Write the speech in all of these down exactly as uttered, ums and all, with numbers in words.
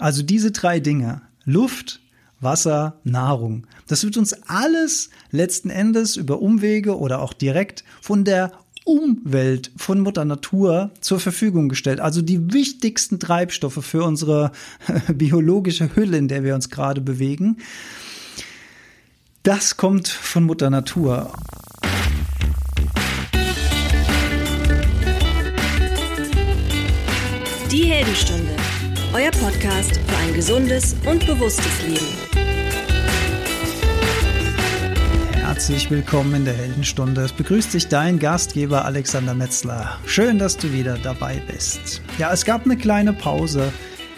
Also diese drei Dinge, Luft, Wasser, Nahrung, das wird uns alles letzten Endes über Umwege oder auch direkt von der Umwelt, von Mutter Natur zur Verfügung gestellt. Also die wichtigsten Treibstoffe für unsere biologische Hülle, in der wir uns gerade bewegen. Das kommt von Mutter Natur. Die Heldenstunde, euer Podcast für ein gesundes und bewusstes Leben. Herzlich willkommen in der Heldenstunde. Es begrüßt dich dein Gastgeber Alexander Metzler. Schön, dass du wieder dabei bist. Ja, es gab eine kleine Pause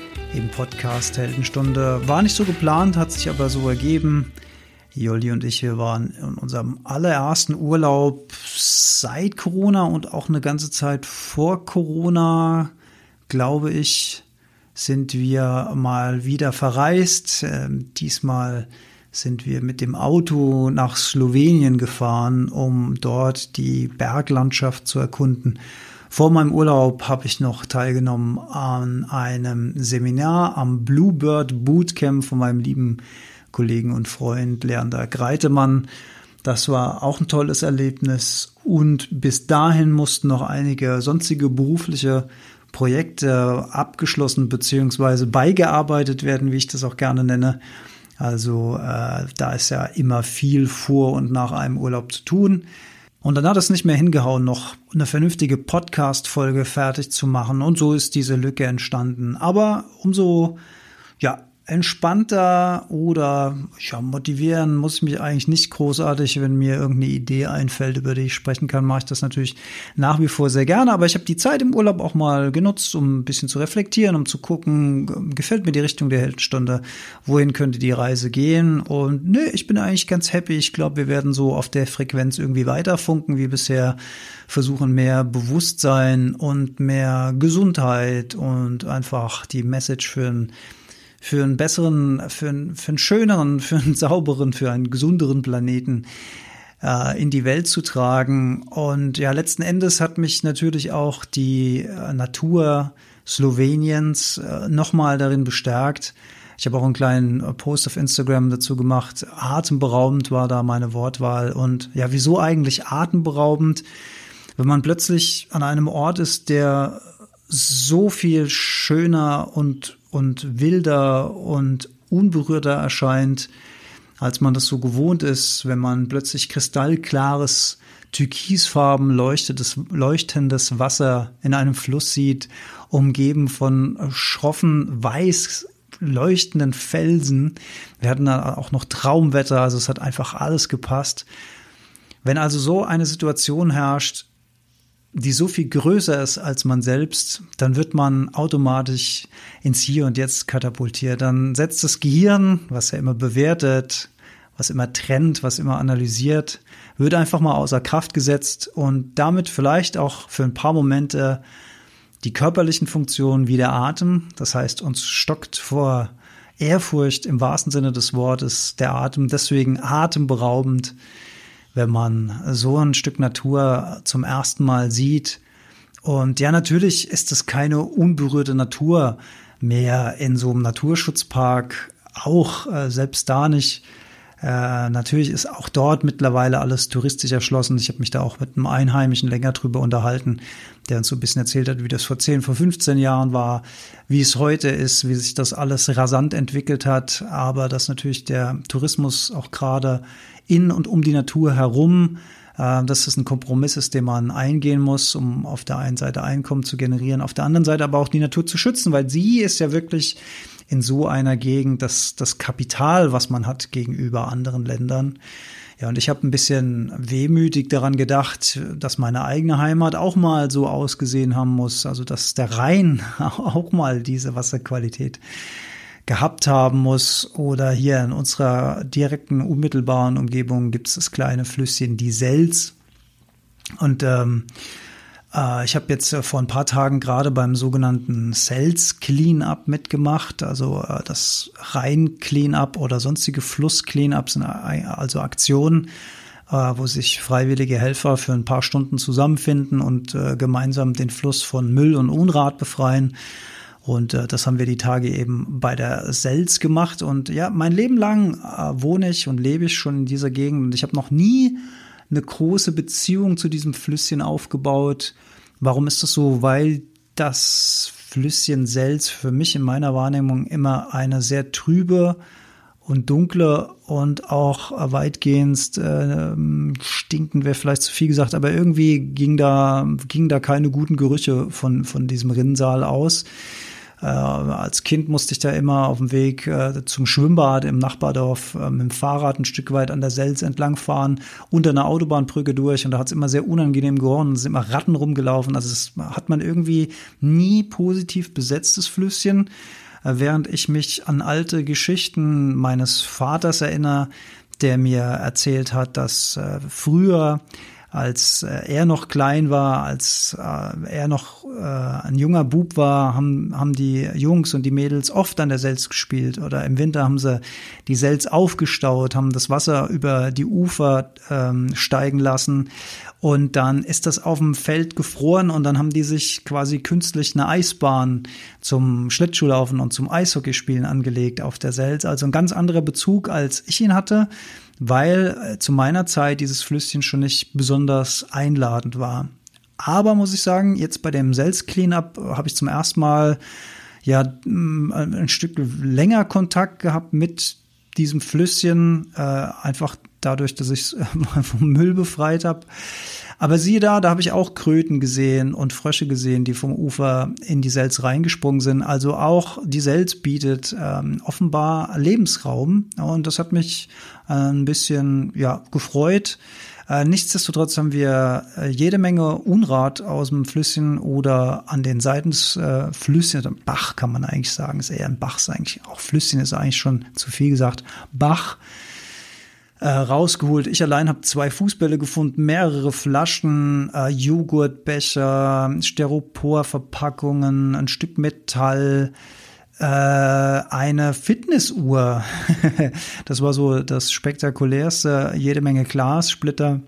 im Podcast Heldenstunde. War nicht so geplant, hat sich aber so ergeben. Jolli und ich, wir waren in unserem allerersten Urlaub seit Corona und auch eine ganze Zeit vor Corona, glaube ich, sind wir mal wieder verreist. Ähm, diesmal sind wir mit dem Auto nach Slowenien gefahren, um dort die Berglandschaft zu erkunden. Vor meinem Urlaub habe ich noch teilgenommen an einem Seminar am Bluebird Bootcamp von meinem lieben Kollegen und Freund Leander Greitemann. Das war auch ein tolles Erlebnis. Und bis dahin mussten noch einige sonstige berufliche Projekte abgeschlossen bzw. beigearbeitet werden, wie ich das auch gerne nenne. Also äh, da ist ja immer viel vor und nach einem Urlaub zu tun. Und dann hat es nicht mehr hingehauen, noch eine vernünftige Podcast-Folge fertig zu machen. Und so ist diese Lücke entstanden. Aber umso ja entspannter oder ja, motivieren muss ich mich eigentlich nicht großartig, wenn mir irgendeine Idee einfällt, über die ich sprechen kann, mache ich das natürlich nach wie vor sehr gerne. Aber ich habe die Zeit im Urlaub auch mal genutzt, um ein bisschen zu reflektieren, um zu gucken, gefällt mir die Richtung der Heldenstunde, wohin könnte die Reise gehen? Und nö, ich bin eigentlich ganz happy. Ich glaube, wir werden so auf der Frequenz irgendwie weiterfunken wie bisher, versuchen mehr Bewusstsein und mehr Gesundheit und einfach die Message für ein für einen besseren, für einen, für einen schöneren, für einen sauberen, für einen gesünderen Planeten äh, in die Welt zu tragen. Und ja, letzten Endes hat mich natürlich auch die äh, Natur Sloweniens äh, nochmal darin bestärkt. Ich habe auch einen kleinen äh, Post auf Instagram dazu gemacht. Atemberaubend war da meine Wortwahl. Und ja, wieso eigentlich atemberaubend? Wenn man plötzlich an einem Ort ist, der so viel schöner und und wilder und unberührter erscheint, als man das so gewohnt ist, wenn man plötzlich kristallklares, türkisfarben leuchtendes, leuchtendes Wasser in einem Fluss sieht, umgeben von schroffen, weiß leuchtenden Felsen. Wir hatten da auch noch Traumwetter, also es hat einfach alles gepasst. Wenn also so eine Situation herrscht, die so viel größer ist als man selbst, dann wird man automatisch ins Hier und Jetzt katapultiert. Dann setzt das Gehirn, was ja immer bewertet, was immer trennt, was immer analysiert, wird einfach mal außer Kraft gesetzt und damit vielleicht auch für ein paar Momente die körperlichen Funktionen wie der Atem. Das heißt, uns stockt vor Ehrfurcht im wahrsten Sinne des Wortes der Atem, deswegen atemberaubend, wenn man so ein Stück Natur zum ersten Mal sieht. Und ja, natürlich ist es keine unberührte Natur mehr in so einem Naturschutzpark, auch äh, selbst da nicht. Äh, natürlich ist auch dort mittlerweile alles touristisch erschlossen. Ich habe mich da auch mit einem Einheimischen länger drüber unterhalten, der uns so ein bisschen erzählt hat, wie das vor zehn, vor fünfzehn Jahren war, wie es heute ist, wie sich das alles rasant entwickelt hat, aber dass natürlich der Tourismus auch gerade in und um die Natur herum, äh, dass das ein Kompromiss ist, den man eingehen muss, um auf der einen Seite Einkommen zu generieren, auf der anderen Seite aber auch die Natur zu schützen, weil sie ist ja wirklich in so einer Gegend das, das Kapital, was man hat gegenüber anderen Ländern. Ja, und ich habe ein bisschen wehmütig daran gedacht, dass meine eigene Heimat auch mal so ausgesehen haben muss, also dass der Rhein auch mal diese Wasserqualität gehabt haben muss. Oder hier in unserer direkten, unmittelbaren Umgebung gibt es das kleine Flüsschen, die Selz. Und ähm, äh, ich habe jetzt äh, vor ein paar Tagen gerade beim sogenannten Selz Cleanup mitgemacht, also äh, das Rhein Cleanup oder sonstige Fluss Cleanup sind also Aktionen, äh, wo sich freiwillige Helfer für ein paar Stunden zusammenfinden und äh, gemeinsam den Fluss von Müll und Unrat befreien. Und äh, das haben wir die Tage eben bei der Selz gemacht. Und ja, mein Leben lang äh, wohne ich und lebe ich schon in dieser Gegend. Und ich habe noch nie eine große Beziehung zu diesem Flüsschen aufgebaut. Warum ist das so? Weil das Flüsschen Selz für mich in meiner Wahrnehmung immer eine sehr trübe und dunkle und auch weitgehend äh, stinkend wäre vielleicht zu viel gesagt, aber irgendwie ging da ging da keine guten Gerüche von von diesem Rinnsal aus. Äh, als Kind musste ich da immer auf dem Weg äh, zum Schwimmbad im Nachbardorf äh, mit dem Fahrrad ein Stück weit an der Selz entlangfahren, unter einer Autobahnbrücke durch, und da hat es immer sehr unangenehm gerochen, es sind immer Ratten rumgelaufen, also das hat man irgendwie nie positiv besetztes Flüsschen, äh, während ich mich an alte Geschichten meines Vaters erinnere, der mir erzählt hat, dass äh, früher, als er noch klein war, als äh, er noch äh, ein junger Bub war, haben, haben die Jungs und die Mädels oft an der Selz gespielt. Oder im Winter haben sie die Selz aufgestaut, haben das Wasser über die Ufer ähm, steigen lassen. Und dann ist das auf dem Feld gefroren und dann haben die sich quasi künstlich eine Eisbahn zum Schlittschuhlaufen und zum Eishockeyspielen angelegt auf der Selz. Also ein ganz anderer Bezug, als ich ihn hatte, weil äh, zu meiner Zeit dieses Flüsschen schon nicht besonders einladend war. Aber muss ich sagen, jetzt bei dem Selz-Cleanup habe ich zum ersten Mal ja ein Stück länger Kontakt gehabt mit diesem Flüsschen, äh, einfach dadurch, dass ich es vom Müll befreit habe. Aber siehe da, da habe ich auch Kröten gesehen und Frösche gesehen, die vom Ufer in die Selz reingesprungen sind. Also auch die Selz bietet ähm, offenbar Lebensraum, und das hat mich äh, ein bisschen ja gefreut. Äh, nichtsdestotrotz haben wir äh, jede Menge Unrat aus dem Flüsschen oder an den Seiten des äh, Flüsschens, Bach kann man eigentlich sagen, ist eher ein Bach, ist eigentlich auch Flüsschen ist eigentlich schon zu viel gesagt, Bach. Äh, rausgeholt. Ich allein habe zwei Fußbälle gefunden, mehrere Flaschen, äh, Joghurtbecher, Styroporverpackungen, ein Stück Metall, äh, eine Fitnessuhr. Das war so das Spektakulärste, jede Menge Glassplitter.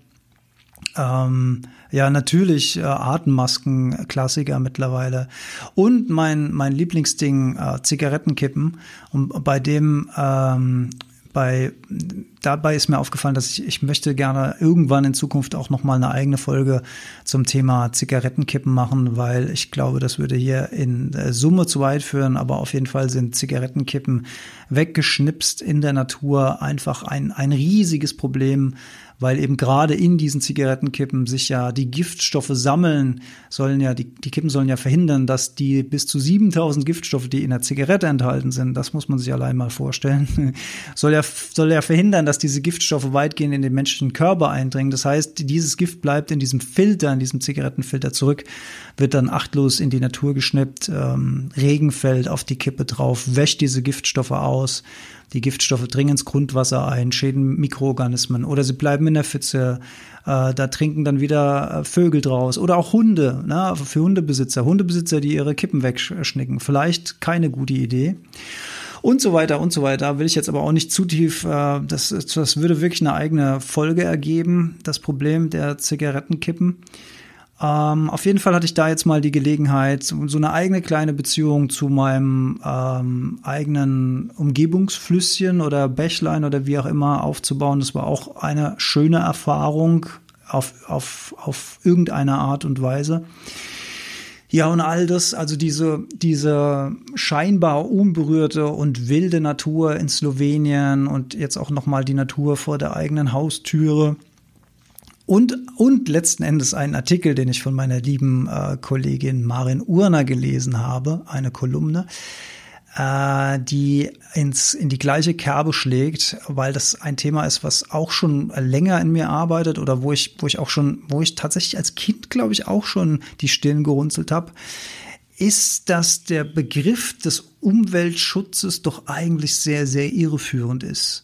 Ähm, ja, natürlich äh, Atemmasken, Klassiker mittlerweile. Und mein mein Lieblingsding, äh, Zigarettenkippen. Und bei dem ähm, Bei, dabei ist mir aufgefallen, dass ich, ich möchte gerne irgendwann in Zukunft auch noch mal eine eigene Folge zum Thema Zigarettenkippen machen, weil ich glaube, das würde hier in Summe zu weit führen, aber auf jeden Fall sind Zigarettenkippen weggeschnipst in der Natur einfach ein, ein riesiges Problem, weil eben gerade in diesen Zigarettenkippen sich ja die Giftstoffe sammeln, sollen ja, die, die Kippen sollen ja verhindern, dass die bis zu siebentausend Giftstoffe, die in der Zigarette enthalten sind, das muss man sich allein mal vorstellen, soll ja, soll ja verhindern, dass diese Giftstoffe weitgehend in den menschlichen Körper eindringen. Das heißt, dieses Gift bleibt in diesem Filter, in diesem Zigarettenfilter zurück, wird dann achtlos in die Natur geschnippt, ähm, Regen fällt auf die Kippe drauf, wäscht diese Giftstoffe aus. Die Giftstoffe dringen ins Grundwasser ein, schäden Mikroorganismen oder sie bleiben in der Pfütze. Äh, da trinken dann wieder äh, Vögel draus oder auch Hunde, ne? Für Hundebesitzer. Hundebesitzer, die ihre Kippen wegschnicken. Vielleicht keine gute Idee. Und so weiter und so weiter. Will ich jetzt aber auch nicht zu tief, äh, das, das würde wirklich eine eigene Folge ergeben, das Problem der Zigarettenkippen. Ähm, auf jeden Fall hatte ich da jetzt mal die Gelegenheit, so eine eigene kleine Beziehung zu meinem ähm, eigenen Umgebungsflüsschen oder Bächlein oder wie auch immer aufzubauen. Das war auch eine schöne Erfahrung auf, auf, auf irgendeine Art und Weise. Ja, und all das, also diese, diese scheinbar unberührte und wilde Natur in Slowenien und jetzt auch nochmal die Natur vor der eigenen Haustüre. Und, und letzten Endes einen Artikel, den ich von meiner lieben äh, Kollegin Marin Urner gelesen habe, eine Kolumne, äh, die ins, in die gleiche Kerbe schlägt, weil das ein Thema ist, was auch schon länger in mir arbeitet oder wo ich, wo ich auch schon, wo ich tatsächlich als Kind, glaube ich, auch schon die Stirn gerunzelt habe, ist, dass der Begriff des Umweltschutzes doch eigentlich sehr, sehr irreführend ist.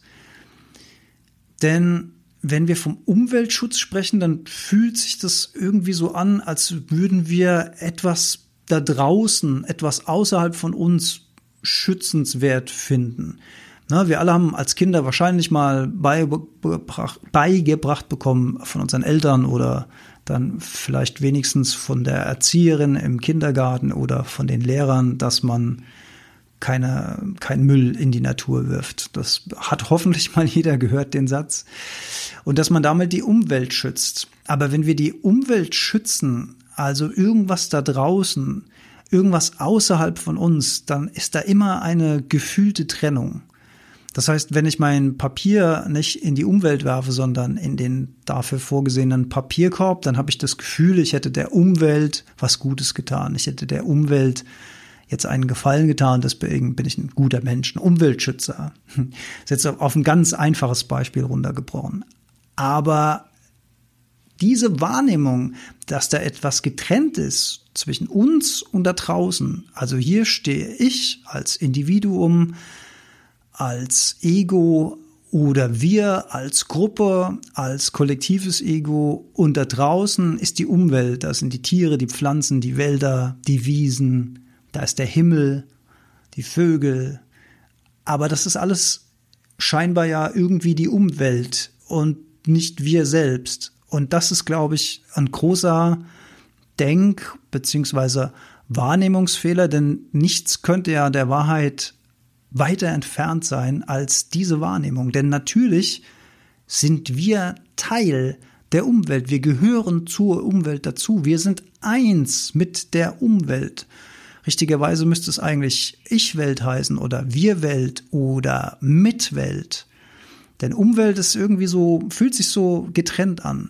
Denn wenn wir vom Umweltschutz sprechen, dann fühlt sich das irgendwie so an, als würden wir etwas da draußen, etwas außerhalb von uns schützenswert finden. Na, wir alle haben als Kinder wahrscheinlich mal beigebracht, beigebracht bekommen von unseren Eltern oder dann vielleicht wenigstens von der Erzieherin im Kindergarten oder von den Lehrern, dass man keine, kein Müll in die Natur wirft. Das hat hoffentlich mal jeder gehört, den Satz. Und dass man damit die Umwelt schützt. Aber wenn wir die Umwelt schützen, also irgendwas da draußen, irgendwas außerhalb von uns, dann ist da immer eine gefühlte Trennung. Das heißt, wenn ich mein Papier nicht in die Umwelt werfe, sondern in den dafür vorgesehenen Papierkorb, dann habe ich das Gefühl, ich hätte der Umwelt was Gutes getan. Ich hätte der Umwelt jetzt einen Gefallen getan, deswegen bin ich ein guter Mensch, ein Umweltschützer. Das ist jetzt auf ein ganz einfaches Beispiel runtergebrochen. Aber diese Wahrnehmung, dass da etwas getrennt ist zwischen uns und da draußen, also hier stehe ich als Individuum, als Ego oder wir als Gruppe, als kollektives Ego und da draußen ist die Umwelt, da sind die Tiere, die Pflanzen, die Wälder, die Wiesen, da ist der Himmel, die Vögel, aber das ist alles scheinbar ja irgendwie die Umwelt und nicht wir selbst. Und das ist, glaube ich, ein großer Denk- bzw. Wahrnehmungsfehler, denn nichts könnte ja der Wahrheit weiter entfernt sein als diese Wahrnehmung. Denn natürlich sind wir Teil der Umwelt. Wir gehören zur Umwelt dazu. Wir sind eins mit der Umwelt. Richtigerweise müsste es eigentlich Ich-Welt heißen oder Wir-Welt oder Mitwelt. Denn Umwelt ist irgendwie so, fühlt sich so getrennt an.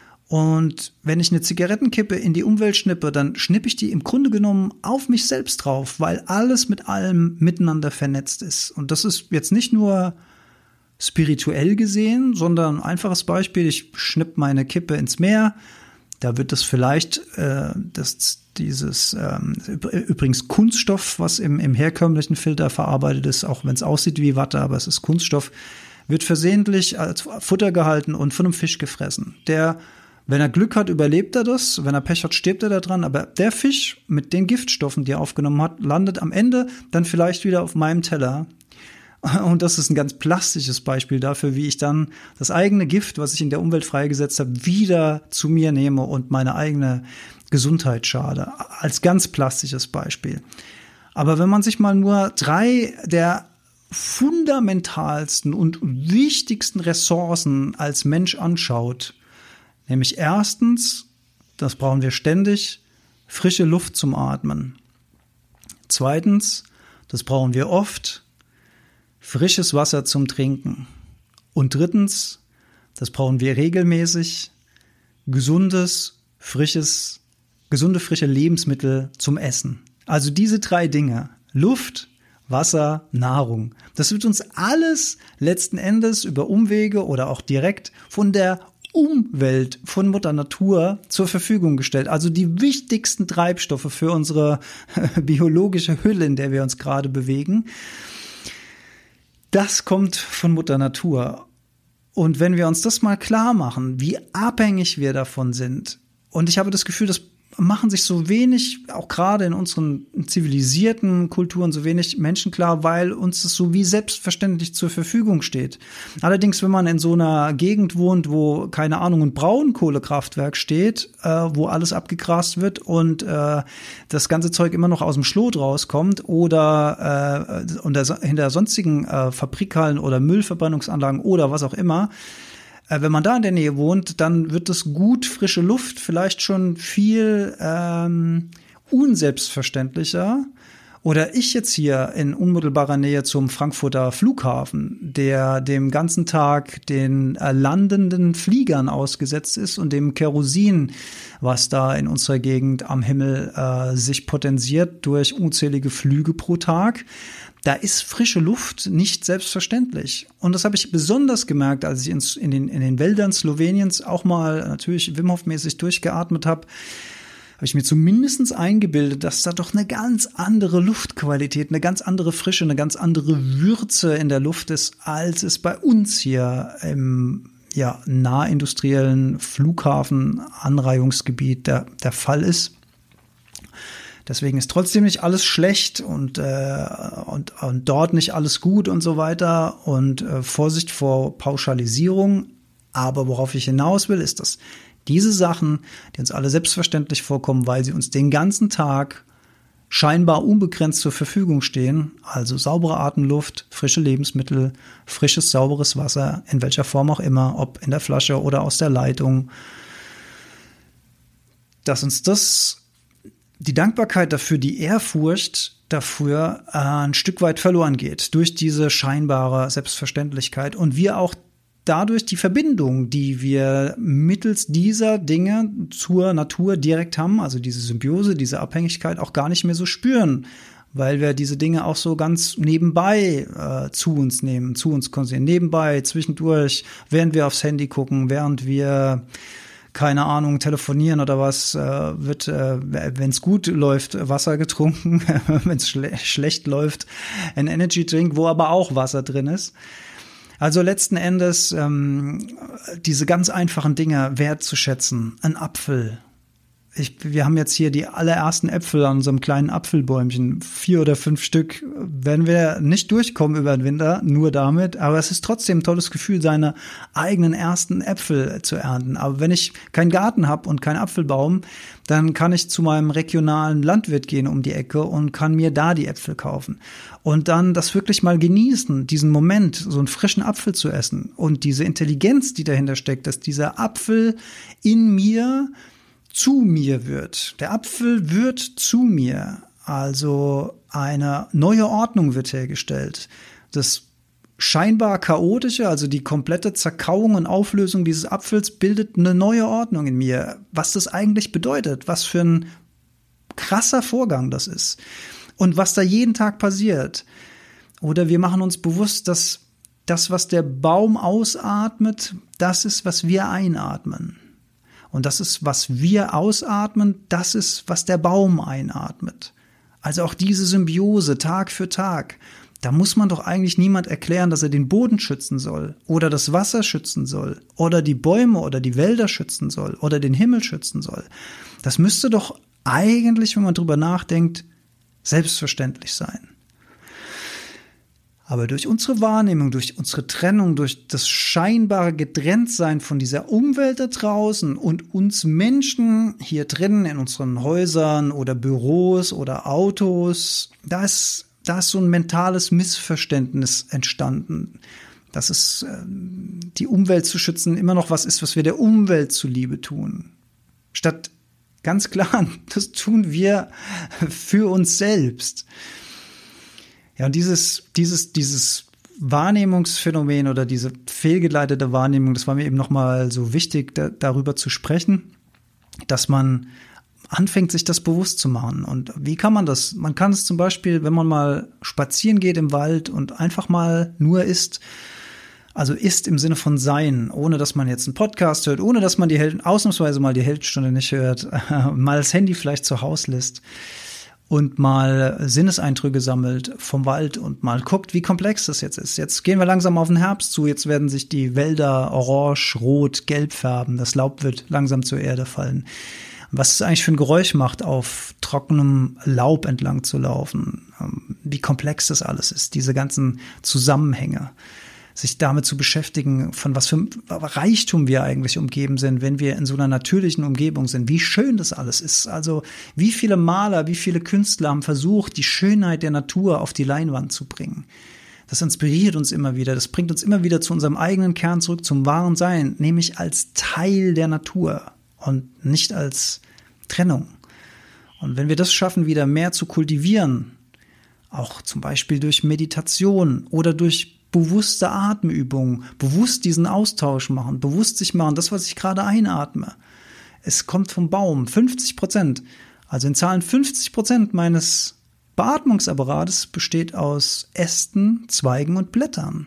Und wenn ich eine Zigarettenkippe in die Umwelt schnippe, dann schnippe ich die im Grunde genommen auf mich selbst drauf, weil alles mit allem miteinander vernetzt ist. Und das ist jetzt nicht nur spirituell gesehen, sondern ein einfaches Beispiel. Ich schnippe meine Kippe ins Meer. Da wird das vielleicht, äh, das, dieses, ähm, übrigens Kunststoff, was im, im herkömmlichen Filter verarbeitet ist, auch wenn es aussieht wie Watte, aber es ist Kunststoff, wird versehentlich als Futter gehalten und von einem Fisch gefressen. Der, wenn er Glück hat, überlebt er das. Wenn er Pech hat, stirbt er da dran. Aber der Fisch mit den Giftstoffen, die er aufgenommen hat, landet am Ende dann vielleicht wieder auf meinem Teller. Und das ist ein ganz plastisches Beispiel dafür, wie ich dann das eigene Gift, was ich in der Umwelt freigesetzt habe, wieder zu mir nehme und meine eigene Gesundheit schade. Als ganz plastisches Beispiel. Aber wenn man sich mal nur drei der fundamentalsten und wichtigsten Ressourcen als Mensch anschaut, nämlich erstens, das brauchen wir ständig, frische Luft zum Atmen. Zweitens, das brauchen wir oft, frisches Wasser zum Trinken. Und drittens, das brauchen wir regelmäßig, gesundes, frisches, gesunde, frische Lebensmittel zum Essen. Also diese drei Dinge, Luft, Wasser, Nahrung. Das wird uns alles letzten Endes über Umwege oder auch direkt von der Umwelt, von Mutter Natur zur Verfügung gestellt. Also die wichtigsten Treibstoffe für unsere biologische Hülle, in der wir uns gerade bewegen. Das kommt von Mutter Natur. Und wenn wir uns das mal klar machen, wie abhängig wir davon sind, und ich habe das Gefühl, das machen sich so wenig, auch gerade in unseren zivilisierten Kulturen, so wenig Menschen klar, weil uns das so wie selbstverständlich zur Verfügung steht. Allerdings, wenn man in so einer Gegend wohnt, wo, keine Ahnung, ein Braunkohlekraftwerk steht, äh, wo alles abgegrast wird und äh, das ganze Zeug immer noch aus dem Schlot rauskommt oder äh, unter, hinter sonstigen äh, Fabrikhallen oder Müllverbrennungsanlagen oder was auch immer, wenn man da in der Nähe wohnt, dann wird das gut frische Luft vielleicht schon viel ähm, unselbstverständlicher. Oder ich jetzt hier in unmittelbarer Nähe zum Frankfurter Flughafen, der dem ganzen Tag den äh, landenden Fliegern ausgesetzt ist und dem Kerosin, was da in unserer Gegend am Himmel äh, sich potenziert durch unzählige Flüge pro Tag. Da ist frische Luft nicht selbstverständlich. Und das habe ich besonders gemerkt, als ich ins, in, den, in den Wäldern Sloweniens auch mal natürlich Wim Hof-mäßig durchgeatmet habe, habe ich mir zumindest eingebildet, dass da doch eine ganz andere Luftqualität, eine ganz andere Frische, eine ganz andere Würze in der Luft ist, als es bei uns hier im ja, nahindustriellen Flughafen-Anreihungsgebiet der, der Fall ist. Deswegen ist trotzdem nicht alles schlecht und, äh, und, und dort nicht alles gut und so weiter. Und äh, Vorsicht vor Pauschalisierung. Aber worauf ich hinaus will, ist, dass Diese Sachen, die uns alle selbstverständlich vorkommen, weil sie uns den ganzen Tag scheinbar unbegrenzt zur Verfügung stehen, also saubere Atemluft, frische Lebensmittel, frisches, sauberes Wasser, in welcher Form auch immer, ob in der Flasche oder aus der Leitung, dass uns das, die Dankbarkeit dafür, die Ehrfurcht dafür äh, ein Stück weit verloren geht durch diese scheinbare Selbstverständlichkeit und wir auch dadurch die Verbindung, die wir mittels dieser Dinge zur Natur direkt haben, also diese Symbiose, diese Abhängigkeit auch gar nicht mehr so spüren, weil wir diese Dinge auch so ganz nebenbei äh, zu uns nehmen, zu uns konsumieren, nebenbei, zwischendurch, während wir aufs Handy gucken, während wir keine Ahnung, telefonieren oder was, äh, wird, äh, wenn es gut läuft, Wasser getrunken, wenn es schle- schlecht läuft, ein Energy Drink, wo aber auch Wasser drin ist. Also letzten Endes ähm, diese ganz einfachen Dinge wertzuschätzen. Ein Apfel. Ich, wir haben jetzt hier die allerersten Äpfel an unserem kleinen Apfelbäumchen. Vier oder fünf Stück. Werden wir nicht durchkommen über den Winter, nur damit. Aber es ist trotzdem ein tolles Gefühl, seine eigenen ersten Äpfel zu ernten. Aber wenn ich keinen Garten habe und keinen Apfelbaum, dann kann ich zu meinem regionalen Landwirt gehen um die Ecke und kann mir da die Äpfel kaufen. Und dann das wirklich mal genießen, diesen Moment, so einen frischen Apfel zu essen. Und diese Intelligenz, die dahinter steckt, dass dieser Apfel in mir zu mir wird. Der Apfel wird zu mir. Also eine neue Ordnung wird hergestellt. Das scheinbar chaotische, also die komplette Zerkauung und Auflösung dieses Apfels bildet eine neue Ordnung in mir. Was das eigentlich bedeutet, was für ein krasser Vorgang das ist und was da jeden Tag passiert. Oder wir machen uns bewusst, dass das, was der Baum ausatmet, das ist, was wir einatmen. Und das ist, was wir ausatmen, das ist, was der Baum einatmet. Also auch diese Symbiose Tag für Tag. Da muss man doch eigentlich niemand erklären, dass er den Boden schützen soll oder das Wasser schützen soll oder die Bäume oder die Wälder schützen soll oder den Himmel schützen soll. Das müsste doch eigentlich, wenn man drüber nachdenkt, selbstverständlich sein. Aber durch unsere Wahrnehmung, durch unsere Trennung, durch das scheinbare Getrenntsein von dieser Umwelt da draußen und uns Menschen hier drinnen in unseren Häusern oder Büros oder Autos, da ist, da ist so ein mentales Missverständnis entstanden, dass es äh, die Umwelt zu schützen immer noch was ist, was wir der Umwelt zuliebe tun. Statt ganz klar, das tun wir für uns selbst. Ja, und dieses, dieses, dieses Wahrnehmungsphänomen oder diese fehlgeleitete Wahrnehmung, das war mir eben nochmal so wichtig, da, darüber zu sprechen, dass man anfängt, sich das bewusst zu machen. Und wie kann man das? Man kann es zum Beispiel, wenn man mal spazieren geht im Wald und einfach mal nur isst, also isst im Sinne von sein, ohne dass man jetzt einen Podcast hört, ohne dass man die Hel- ausnahmsweise mal die Heldenstunde nicht hört, mal das Handy vielleicht zu Hause lässt. Und mal Sinneseindrücke sammelt vom Wald und mal guckt, wie komplex das jetzt ist. Jetzt gehen wir langsam auf den Herbst zu, jetzt werden sich die Wälder orange, rot, gelb färben, das Laub wird langsam zur Erde fallen. Was es eigentlich für ein Geräusch macht, auf trockenem Laub entlang zu laufen, wie komplex das alles ist, diese ganzen Zusammenhänge. Sich damit zu beschäftigen, von was für Reichtum wir eigentlich umgeben sind, wenn wir in so einer natürlichen Umgebung sind. Wie schön das alles ist. Also wie viele Maler, wie viele Künstler haben versucht, die Schönheit der Natur auf die Leinwand zu bringen. Das inspiriert uns immer wieder. Das bringt uns immer wieder zu unserem eigenen Kern zurück, zum wahren Sein, nämlich als Teil der Natur und nicht als Trennung. Und wenn wir das schaffen, wieder mehr zu kultivieren, auch zum Beispiel durch Meditation oder durch bewusste Atemübungen, bewusst diesen Austausch machen, bewusst sich machen, das, was ich gerade einatme. Es kommt vom Baum, fünfzig Prozent. Also in Zahlen fünfzig Prozent meines Beatmungsapparates besteht aus Ästen, Zweigen und Blättern.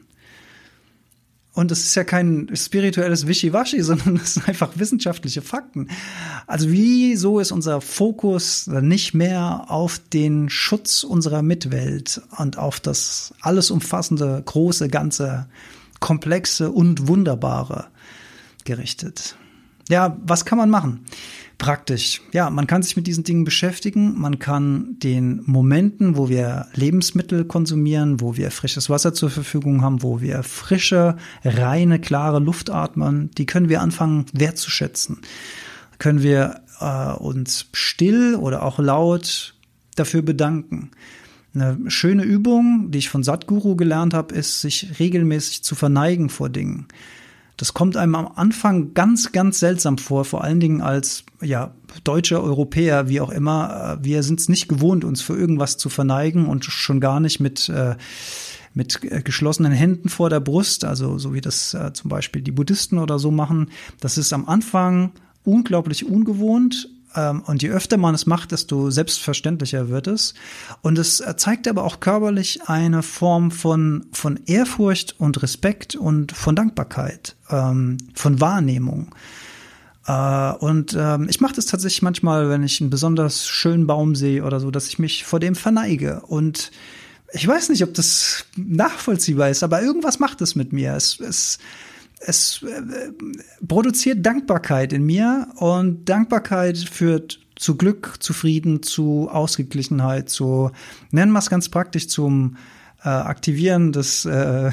Und das ist ja kein spirituelles Wischiwaschi, sondern das sind einfach wissenschaftliche Fakten. Also wieso ist unser Fokus nicht mehr auf den Schutz unserer Mitwelt und auf das alles umfassende, große, ganze, komplexe und wunderbare gerichtet? Ja, was kann man machen? Praktisch. Ja, man kann sich mit diesen Dingen beschäftigen. Man kann den Momenten, wo wir Lebensmittel konsumieren, wo wir frisches Wasser zur Verfügung haben, wo wir frische, reine, klare Luft atmen, die können wir anfangen wertzuschätzen. Können wir äh, uns still oder auch laut dafür bedanken. Eine schöne Übung, die ich von Sadhguru gelernt habe, ist, sich regelmäßig zu verneigen vor Dingen. Das kommt einem am Anfang ganz, ganz seltsam vor, vor allen Dingen als ja deutsche Europäer, wie auch immer. Wir sind es nicht gewohnt, uns für irgendwas zu verneigen und schon gar nicht mit äh, mit geschlossenen Händen vor der Brust, also so wie das äh, zum Beispiel die Buddhisten oder so machen. Das ist am Anfang unglaublich ungewohnt. Und je öfter man es macht, desto selbstverständlicher wird es. Und es zeigt aber auch körperlich eine Form von, von Ehrfurcht und Respekt und von Dankbarkeit, ähm, von Wahrnehmung. Äh, und ähm, ich mache das tatsächlich manchmal, wenn ich einen besonders schönen Baum sehe oder so, dass ich mich vor dem verneige. Und ich weiß nicht, ob das nachvollziehbar ist, aber irgendwas macht es mit mir. Es, es Es äh, produziert Dankbarkeit in mir und Dankbarkeit führt zu Glück, zu Frieden, zu Ausgeglichenheit, zu, nennen wir es ganz praktisch, zum äh, Aktivieren des, äh,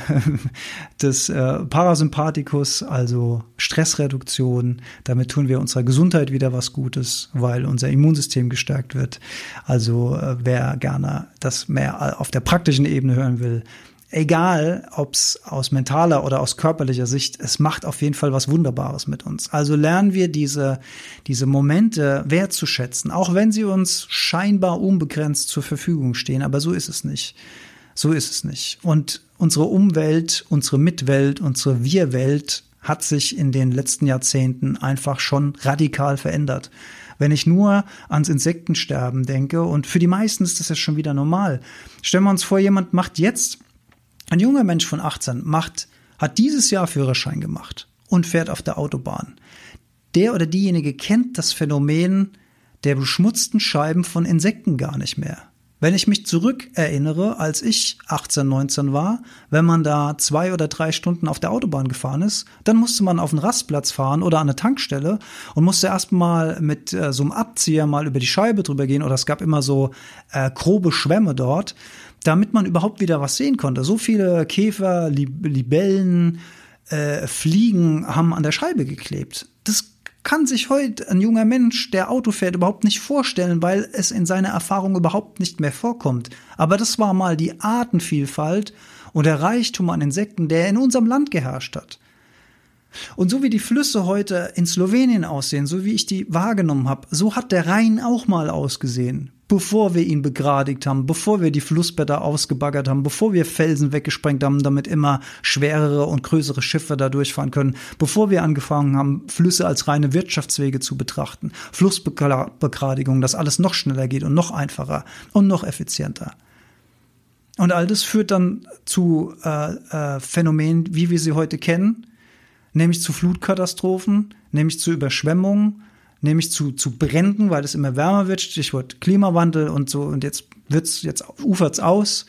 des äh, Parasympathikus, also Stressreduktion. Damit tun wir unserer Gesundheit wieder was Gutes, weil unser Immunsystem gestärkt wird. Also äh, wer gerne das mehr auf der praktischen Ebene hören will, egal, ob es aus mentaler oder aus körperlicher Sicht, es macht auf jeden Fall was Wunderbares mit uns. Also lernen wir diese, diese Momente wertzuschätzen, auch wenn sie uns scheinbar unbegrenzt zur Verfügung stehen. Aber so ist es nicht. So ist es nicht. Und unsere Umwelt, unsere Mitwelt, unsere Wir-Welt hat sich in den letzten Jahrzehnten einfach schon radikal verändert. Wenn ich nur ans Insektensterben denke, und für die meisten ist das ja schon wieder normal. Stellen wir uns vor, jemand macht jetzt Ein junger Mensch von achtzehn macht, hat dieses Jahr Führerschein gemacht und fährt auf der Autobahn. Der oder diejenige kennt das Phänomen der beschmutzten Scheiben von Insekten gar nicht mehr. Wenn ich mich zurückerinnere, als ich achtzehn, neunzehn war, wenn man da zwei oder drei Stunden auf der Autobahn gefahren ist, dann musste man auf einen Rastplatz fahren oder an eine Tankstelle und musste erstmal mit äh, so einem Abzieher mal über die Scheibe drüber gehen, oder es gab immer so äh, grobe Schwämme dort, damit man überhaupt wieder was sehen konnte. So viele Käfer, Lib- Libellen, äh, Fliegen haben an der Scheibe geklebt. Das kann sich heute ein junger Mensch, der Auto fährt, überhaupt nicht vorstellen, weil es in seiner Erfahrung überhaupt nicht mehr vorkommt. Aber das war mal die Artenvielfalt und der Reichtum an Insekten, der in unserem Land geherrscht hat. Und so wie die Flüsse heute in Slowenien aussehen, so wie ich die wahrgenommen habe, so hat der Rhein auch mal ausgesehen, bevor wir ihn begradigt haben, bevor wir die Flussbäder ausgebaggert haben, bevor wir Felsen weggesprengt haben, damit immer schwerere und größere Schiffe da durchfahren können, bevor wir angefangen haben, Flüsse als reine Wirtschaftswege zu betrachten, Flussbegradigung, dass alles noch schneller geht und noch einfacher und noch effizienter. Und all das führt dann zu äh, äh, Phänomenen, wie wir sie heute kennen, nämlich zu Flutkatastrophen, nämlich zu Überschwemmungen, nämlich zu, zu Bränden, weil es immer wärmer wird, Stichwort Klimawandel und so, und jetzt wird's, jetzt ufert's aus.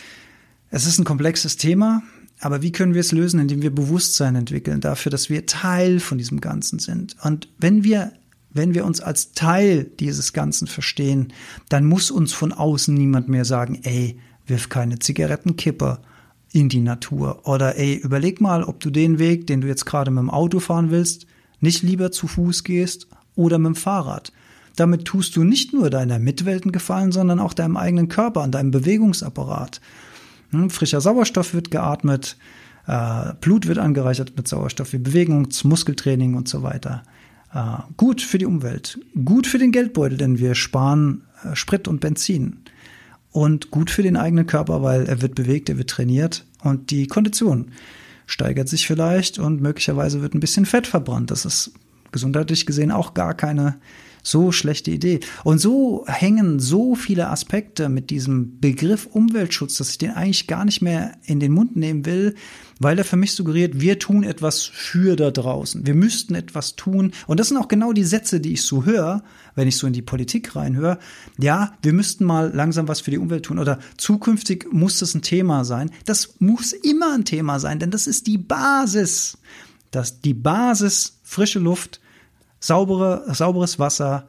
Es ist ein komplexes Thema, aber wie können wir es lösen, indem wir Bewusstsein entwickeln dafür, dass wir Teil von diesem Ganzen sind? Und wenn wir, wenn wir uns als Teil dieses Ganzen verstehen, dann muss uns von außen niemand mehr sagen, ey, wirf keine Zigarettenkippe in die Natur. Oder ey, überleg mal, ob du den Weg, den du jetzt gerade mit dem Auto fahren willst, nicht lieber zu Fuß gehst oder mit dem Fahrrad. Damit tust du nicht nur deiner Mitwelt einen Gefallen, sondern auch deinem eigenen Körper, an deinem Bewegungsapparat. Hm, frischer Sauerstoff wird geatmet, äh, Blut wird angereichert mit Sauerstoff, wie Bewegungs-, Muskeltraining und so weiter. Äh, gut für die Umwelt, gut für den Geldbeutel, denn wir sparen äh, Sprit und Benzin. Und gut für den eigenen Körper, weil er wird bewegt, er wird trainiert und die Kondition steigert sich vielleicht und möglicherweise wird ein bisschen Fett verbrannt. Das ist gesundheitlich gesehen auch gar keine so schlechte Idee. Und so hängen so viele Aspekte mit diesem Begriff Umweltschutz, dass ich den eigentlich gar nicht mehr in den Mund nehmen will, weil er für mich suggeriert, wir tun etwas für da draußen. Wir müssten etwas tun. Und das sind auch genau die Sätze, die ich so höre, wenn ich so in die Politik reinhöre. Ja, wir müssten mal langsam was für die Umwelt tun. Oder zukünftig muss das ein Thema sein. Das muss immer ein Thema sein, denn das ist die Basis. Das, die Basis, frische Luft, saubere, sauberes Wasser,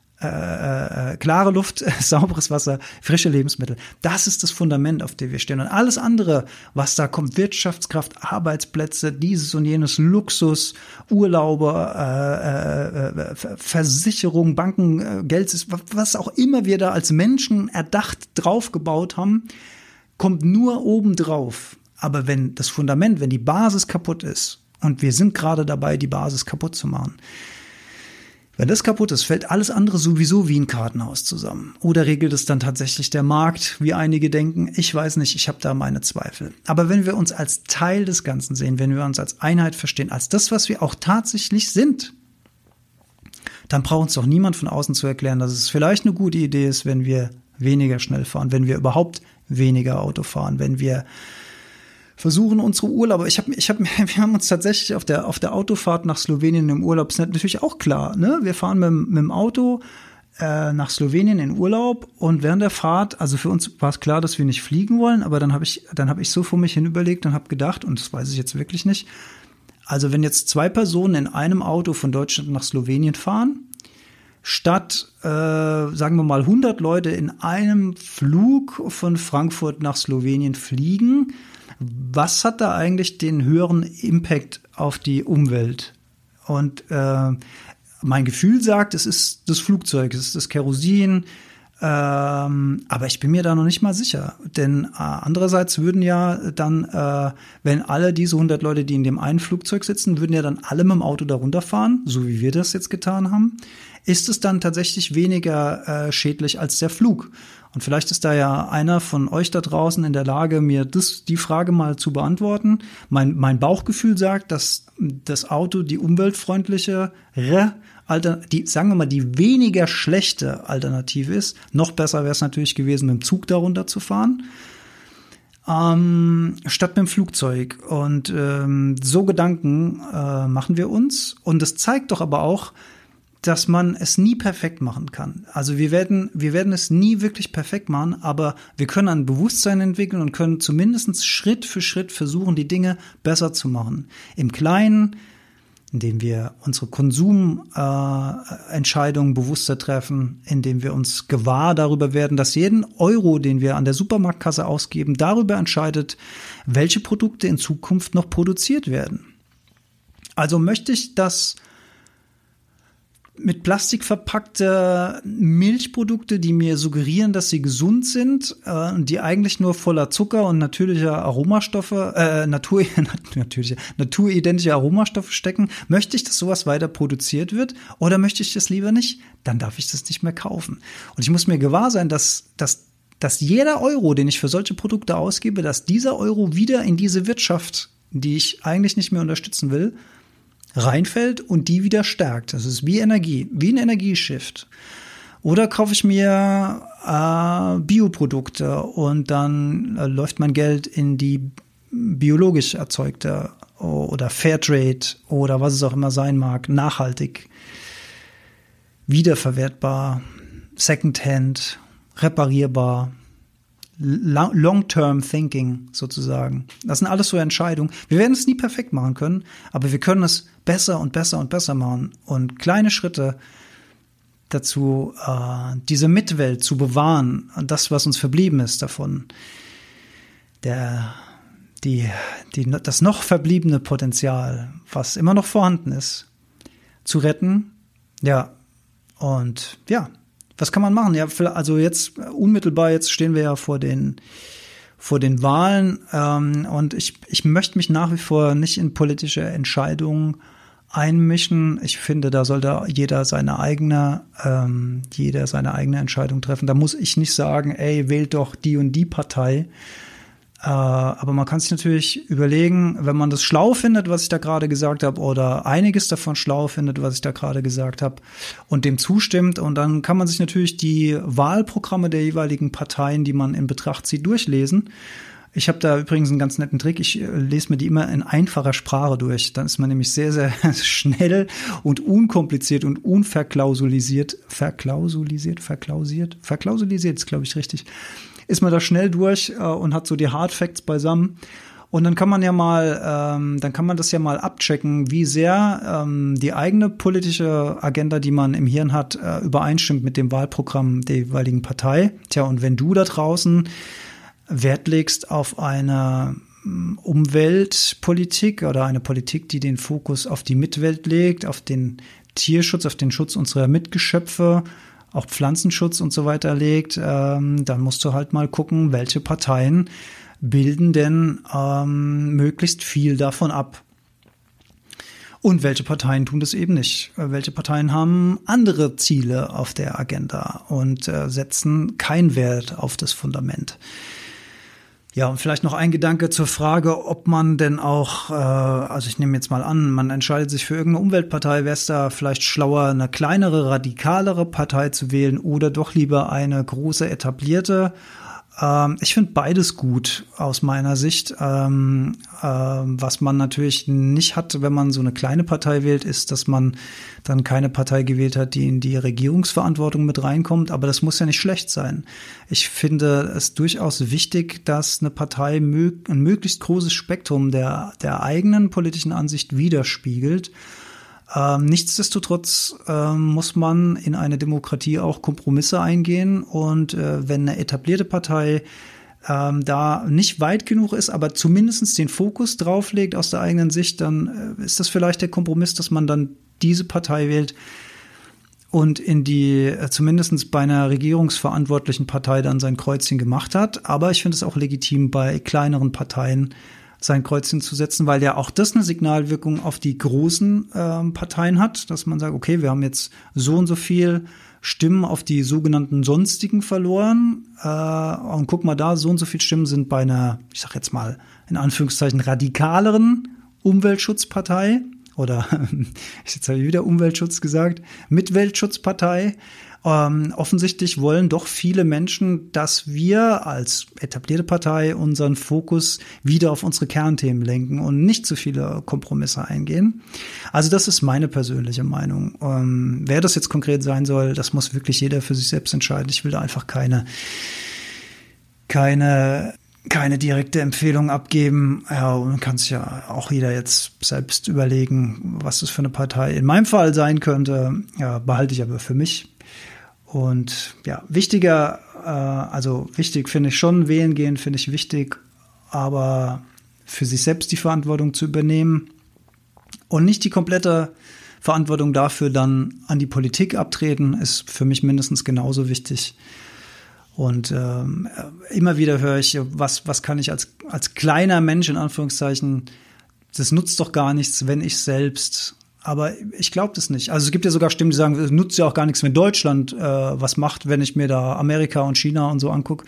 Äh, äh, klare Luft, sauberes Wasser, frische Lebensmittel. Das ist das Fundament, auf dem wir stehen. Und alles andere, was da kommt, Wirtschaftskraft, Arbeitsplätze, dieses und jenes, Luxus, Urlaube, äh, äh, Versicherung, Banken, äh, Geld, was auch immer wir da als Menschen erdacht draufgebaut haben, kommt nur oben drauf. Aber wenn das Fundament, wenn die Basis kaputt ist, und wir sind gerade dabei, die Basis kaputt zu machen, wenn das kaputt ist, fällt alles andere sowieso wie ein Kartenhaus zusammen. Oder regelt es dann tatsächlich der Markt, wie einige denken? Ich weiß nicht, ich habe da meine Zweifel. Aber wenn wir uns als Teil des Ganzen sehen, wenn wir uns als Einheit verstehen, als das, was wir auch tatsächlich sind, dann braucht uns doch niemand von außen zu erklären, dass es vielleicht eine gute Idee ist, wenn wir weniger schnell fahren, wenn wir überhaupt weniger Auto fahren, wenn wir versuchen unsere Urlaube, ich habe, ich habe, wir haben uns tatsächlich auf der auf der Autofahrt nach Slowenien im Urlaub, ist natürlich auch klar, ne? Wir fahren mit, mit dem Auto äh, nach Slowenien in Urlaub und während der Fahrt, also für uns war es klar, dass wir nicht fliegen wollen, aber dann habe ich, dann habe ich so vor mich hin überlegt und habe gedacht, und das weiß ich jetzt wirklich nicht, also wenn jetzt zwei Personen in einem Auto von Deutschland nach Slowenien fahren, statt, äh, sagen wir mal, hundert Leute in einem Flug von Frankfurt nach Slowenien fliegen, was hat da eigentlich den höheren Impact auf die Umwelt? Und äh, mein Gefühl sagt, es ist das Flugzeug, es ist das Kerosin, ähm, aber ich bin mir da noch nicht mal sicher. Denn äh, andererseits würden ja dann, äh, wenn alle diese hundert Leute, die in dem einen Flugzeug sitzen, würden ja dann alle mit dem Auto da runterfahren, so wie wir das jetzt getan haben, ist es dann tatsächlich weniger äh, schädlich als der Flug. Und vielleicht ist da ja einer von euch da draußen in der Lage, mir das, die Frage mal zu beantworten. Mein, mein Bauchgefühl sagt, dass das Auto die umweltfreundliche, Alter, die, sagen wir mal, die weniger schlechte Alternative ist. Noch besser wäre es natürlich gewesen, mit dem Zug darunter zu fahren, ähm, statt mit dem Flugzeug. Und ähm, so Gedanken äh, machen wir uns. Und das zeigt doch aber auch, dass man es nie perfekt machen kann. Also wir werden, wir werden es nie wirklich perfekt machen, aber wir können ein Bewusstsein entwickeln und können zumindest Schritt für Schritt versuchen, die Dinge besser zu machen. Im Kleinen, indem wir unsere Konsumentscheidungen äh, bewusster treffen, indem wir uns gewahr darüber werden, dass jeden Euro, den wir an der Supermarktkasse ausgeben, darüber entscheidet, welche Produkte in Zukunft noch produziert werden. Also möchte ich, dass mit Plastik verpackte Milchprodukte, die mir suggerieren, dass sie gesund sind, äh, die eigentlich nur voller Zucker und natürlicher Aromastoffe, äh, Natur, natürliche, naturidentische Aromastoffe stecken, möchte ich, dass sowas weiter produziert wird oder möchte ich das lieber nicht? Dann darf ich das nicht mehr kaufen. Und ich muss mir gewahr sein, dass, dass, dass jeder Euro, den ich für solche Produkte ausgebe, dass dieser Euro wieder in diese Wirtschaft, die ich eigentlich nicht mehr unterstützen will, reinfällt und die wieder stärkt. Das ist wie Energie, wie ein Energieshift. Oder kaufe ich mir äh, Bioprodukte und dann äh, läuft mein Geld in die biologisch erzeugte oder Fairtrade oder was es auch immer sein mag, nachhaltig, wiederverwertbar, Secondhand, reparierbar, Long-Term Thinking sozusagen. Das sind alles so Entscheidungen. Wir werden es nie perfekt machen können, aber wir können es besser und besser und besser machen und kleine Schritte dazu, äh, diese Mitwelt zu bewahren und das, was uns verblieben ist davon, der, die, die, das noch verbliebene Potenzial, was immer noch vorhanden ist, zu retten. Ja, und ja, was kann man machen? Ja, also jetzt unmittelbar, jetzt stehen wir ja vor den vor den Wahlen ähm, und ich ich möchte mich nach wie vor nicht in politische Entscheidungen einmischen. Ich finde, da sollte jeder seine eigene ähm, jeder seine eigene Entscheidung treffen. Da muss ich nicht sagen, ey, wählt doch die und die Partei. Äh, aber man kann sich natürlich überlegen, wenn man das schlau findet, was ich da gerade gesagt habe, oder einiges davon schlau findet, was ich da gerade gesagt habe, und dem zustimmt, und dann kann man sich natürlich die Wahlprogramme der jeweiligen Parteien, die man in Betracht zieht, durchlesen. Ich habe da übrigens einen ganz netten Trick. Ich lese mir die immer in einfacher Sprache durch. Dann ist man nämlich sehr, sehr schnell und unkompliziert und unverklausulisiert, verklausulisiert, verklausiert, verklausulisiert ist, glaube ich, richtig, ist man da schnell durch äh, und hat so die Hard Facts beisammen. Und dann kann man ja mal, ähm, dann kann man das ja mal abchecken, wie sehr ähm, die eigene politische Agenda, die man im Hirn hat, äh, übereinstimmt mit dem Wahlprogramm der jeweiligen Partei. Tja, und wenn du da draußen Wert legst auf eine Umweltpolitik oder eine Politik, die den Fokus auf die Mitwelt legt, auf den Tierschutz, auf den Schutz unserer Mitgeschöpfe, auch Pflanzenschutz und so weiter legt, ähm, dann musst du halt mal gucken, welche Parteien bilden denn ähm, möglichst viel davon ab. Und welche Parteien tun das eben nicht? Welche Parteien haben andere Ziele auf der Agenda und äh, setzen keinen Wert auf das Fundament? Ja, und vielleicht noch ein Gedanke zur Frage, ob man denn auch, äh, also ich nehme jetzt mal an, man entscheidet sich für irgendeine Umweltpartei, wäre es da vielleicht schlauer, eine kleinere, radikalere Partei zu wählen oder doch lieber eine große, etablierte? Ähm, ich finde beides gut aus meiner Sicht. Ähm, äh, was man natürlich nicht hat, wenn man so eine kleine Partei wählt, ist, dass man dann keine Partei gewählt hat, die in die Regierungsverantwortung mit reinkommt. Aber das muss ja nicht schlecht sein. Ich finde es durchaus wichtig, dass eine Partei mög- ein möglichst großes Spektrum der, der eigenen politischen Ansicht widerspiegelt. Ähm, nichtsdestotrotz ähm, muss man in eine Demokratie auch Kompromisse eingehen und äh, wenn eine etablierte Partei ähm, da nicht weit genug ist, aber zumindest den Fokus drauf legt aus der eigenen Sicht, dann äh, ist das vielleicht der Kompromiss, dass man dann diese Partei wählt und in die, äh, zumindest bei einer regierungsverantwortlichen Partei dann sein Kreuzchen gemacht hat. Aber ich finde es auch legitim, bei kleineren Parteien sein Kreuzchen zu setzen, weil ja auch das eine Signalwirkung auf die großen äh, Parteien hat, dass man sagt, okay, wir haben jetzt so und so viel Stimmen auf die sogenannten Sonstigen verloren äh, und guck mal da, so und so viel Stimmen sind bei einer, ich sag jetzt mal in Anführungszeichen, radikaleren Umweltschutzpartei oder, jetzt habe ich wieder Umweltschutz gesagt, Mitweltschutzpartei. Ähm, offensichtlich wollen doch viele Menschen, dass wir als etablierte Partei unseren Fokus wieder auf unsere Kernthemen lenken und nicht zu viele Kompromisse eingehen. Also das ist meine persönliche Meinung. Ähm, wer das jetzt konkret sein soll, das muss wirklich jeder für sich selbst entscheiden. Ich will da einfach keine, keine, keine direkte Empfehlung abgeben. Ja, und kann sich ja auch jeder jetzt selbst überlegen, was das für eine Partei in meinem Fall sein könnte. Ja, behalte ich aber für mich. Und ja, wichtiger, äh, also wichtig finde ich schon, wählen gehen finde ich wichtig, aber für sich selbst die Verantwortung zu übernehmen und nicht die komplette Verantwortung dafür dann an die Politik abtreten, ist für mich mindestens genauso wichtig. Und ähm, immer wieder höre ich, was, was kann ich als, als kleiner Mensch in Anführungszeichen, das nutzt doch gar nichts, wenn ich selbst. Aber ich glaube das nicht. Also es gibt ja sogar Stimmen, die sagen, es nutzt ja auch gar nichts, wenn Deutschland äh, was macht, wenn ich mir da Amerika und China und so angucke.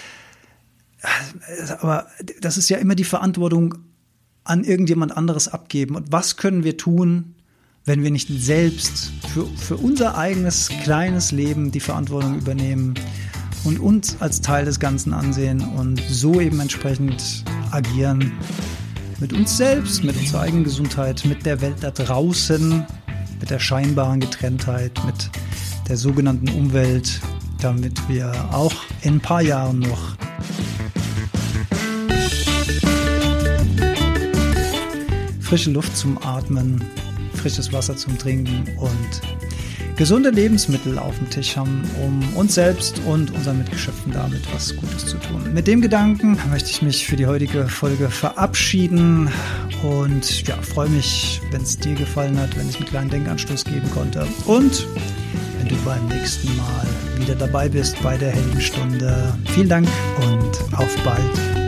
Aber das ist ja immer die Verantwortung an irgendjemand anderes abgeben. Und was können wir tun, wenn wir nicht selbst für, für unser eigenes kleines Leben die Verantwortung übernehmen und uns als Teil des Ganzen ansehen und so eben entsprechend agieren? Mit uns selbst, mit unserer eigenen Gesundheit, mit der Welt da draußen, mit der scheinbaren Getrenntheit, mit der sogenannten Umwelt, damit wir auch in ein paar Jahren noch frische Luft zum Atmen, frisches Wasser zum Trinken und gesunde Lebensmittel auf dem Tisch haben, um uns selbst und unseren Mitgeschöpfen damit was Gutes zu tun. Mit dem Gedanken möchte ich mich für die heutige Folge verabschieden und ja, freue mich, wenn es dir gefallen hat, wenn ich einen kleinen Denkanstoß geben konnte und wenn du beim nächsten Mal wieder dabei bist bei der Heldenstunde. Vielen Dank und auf bald.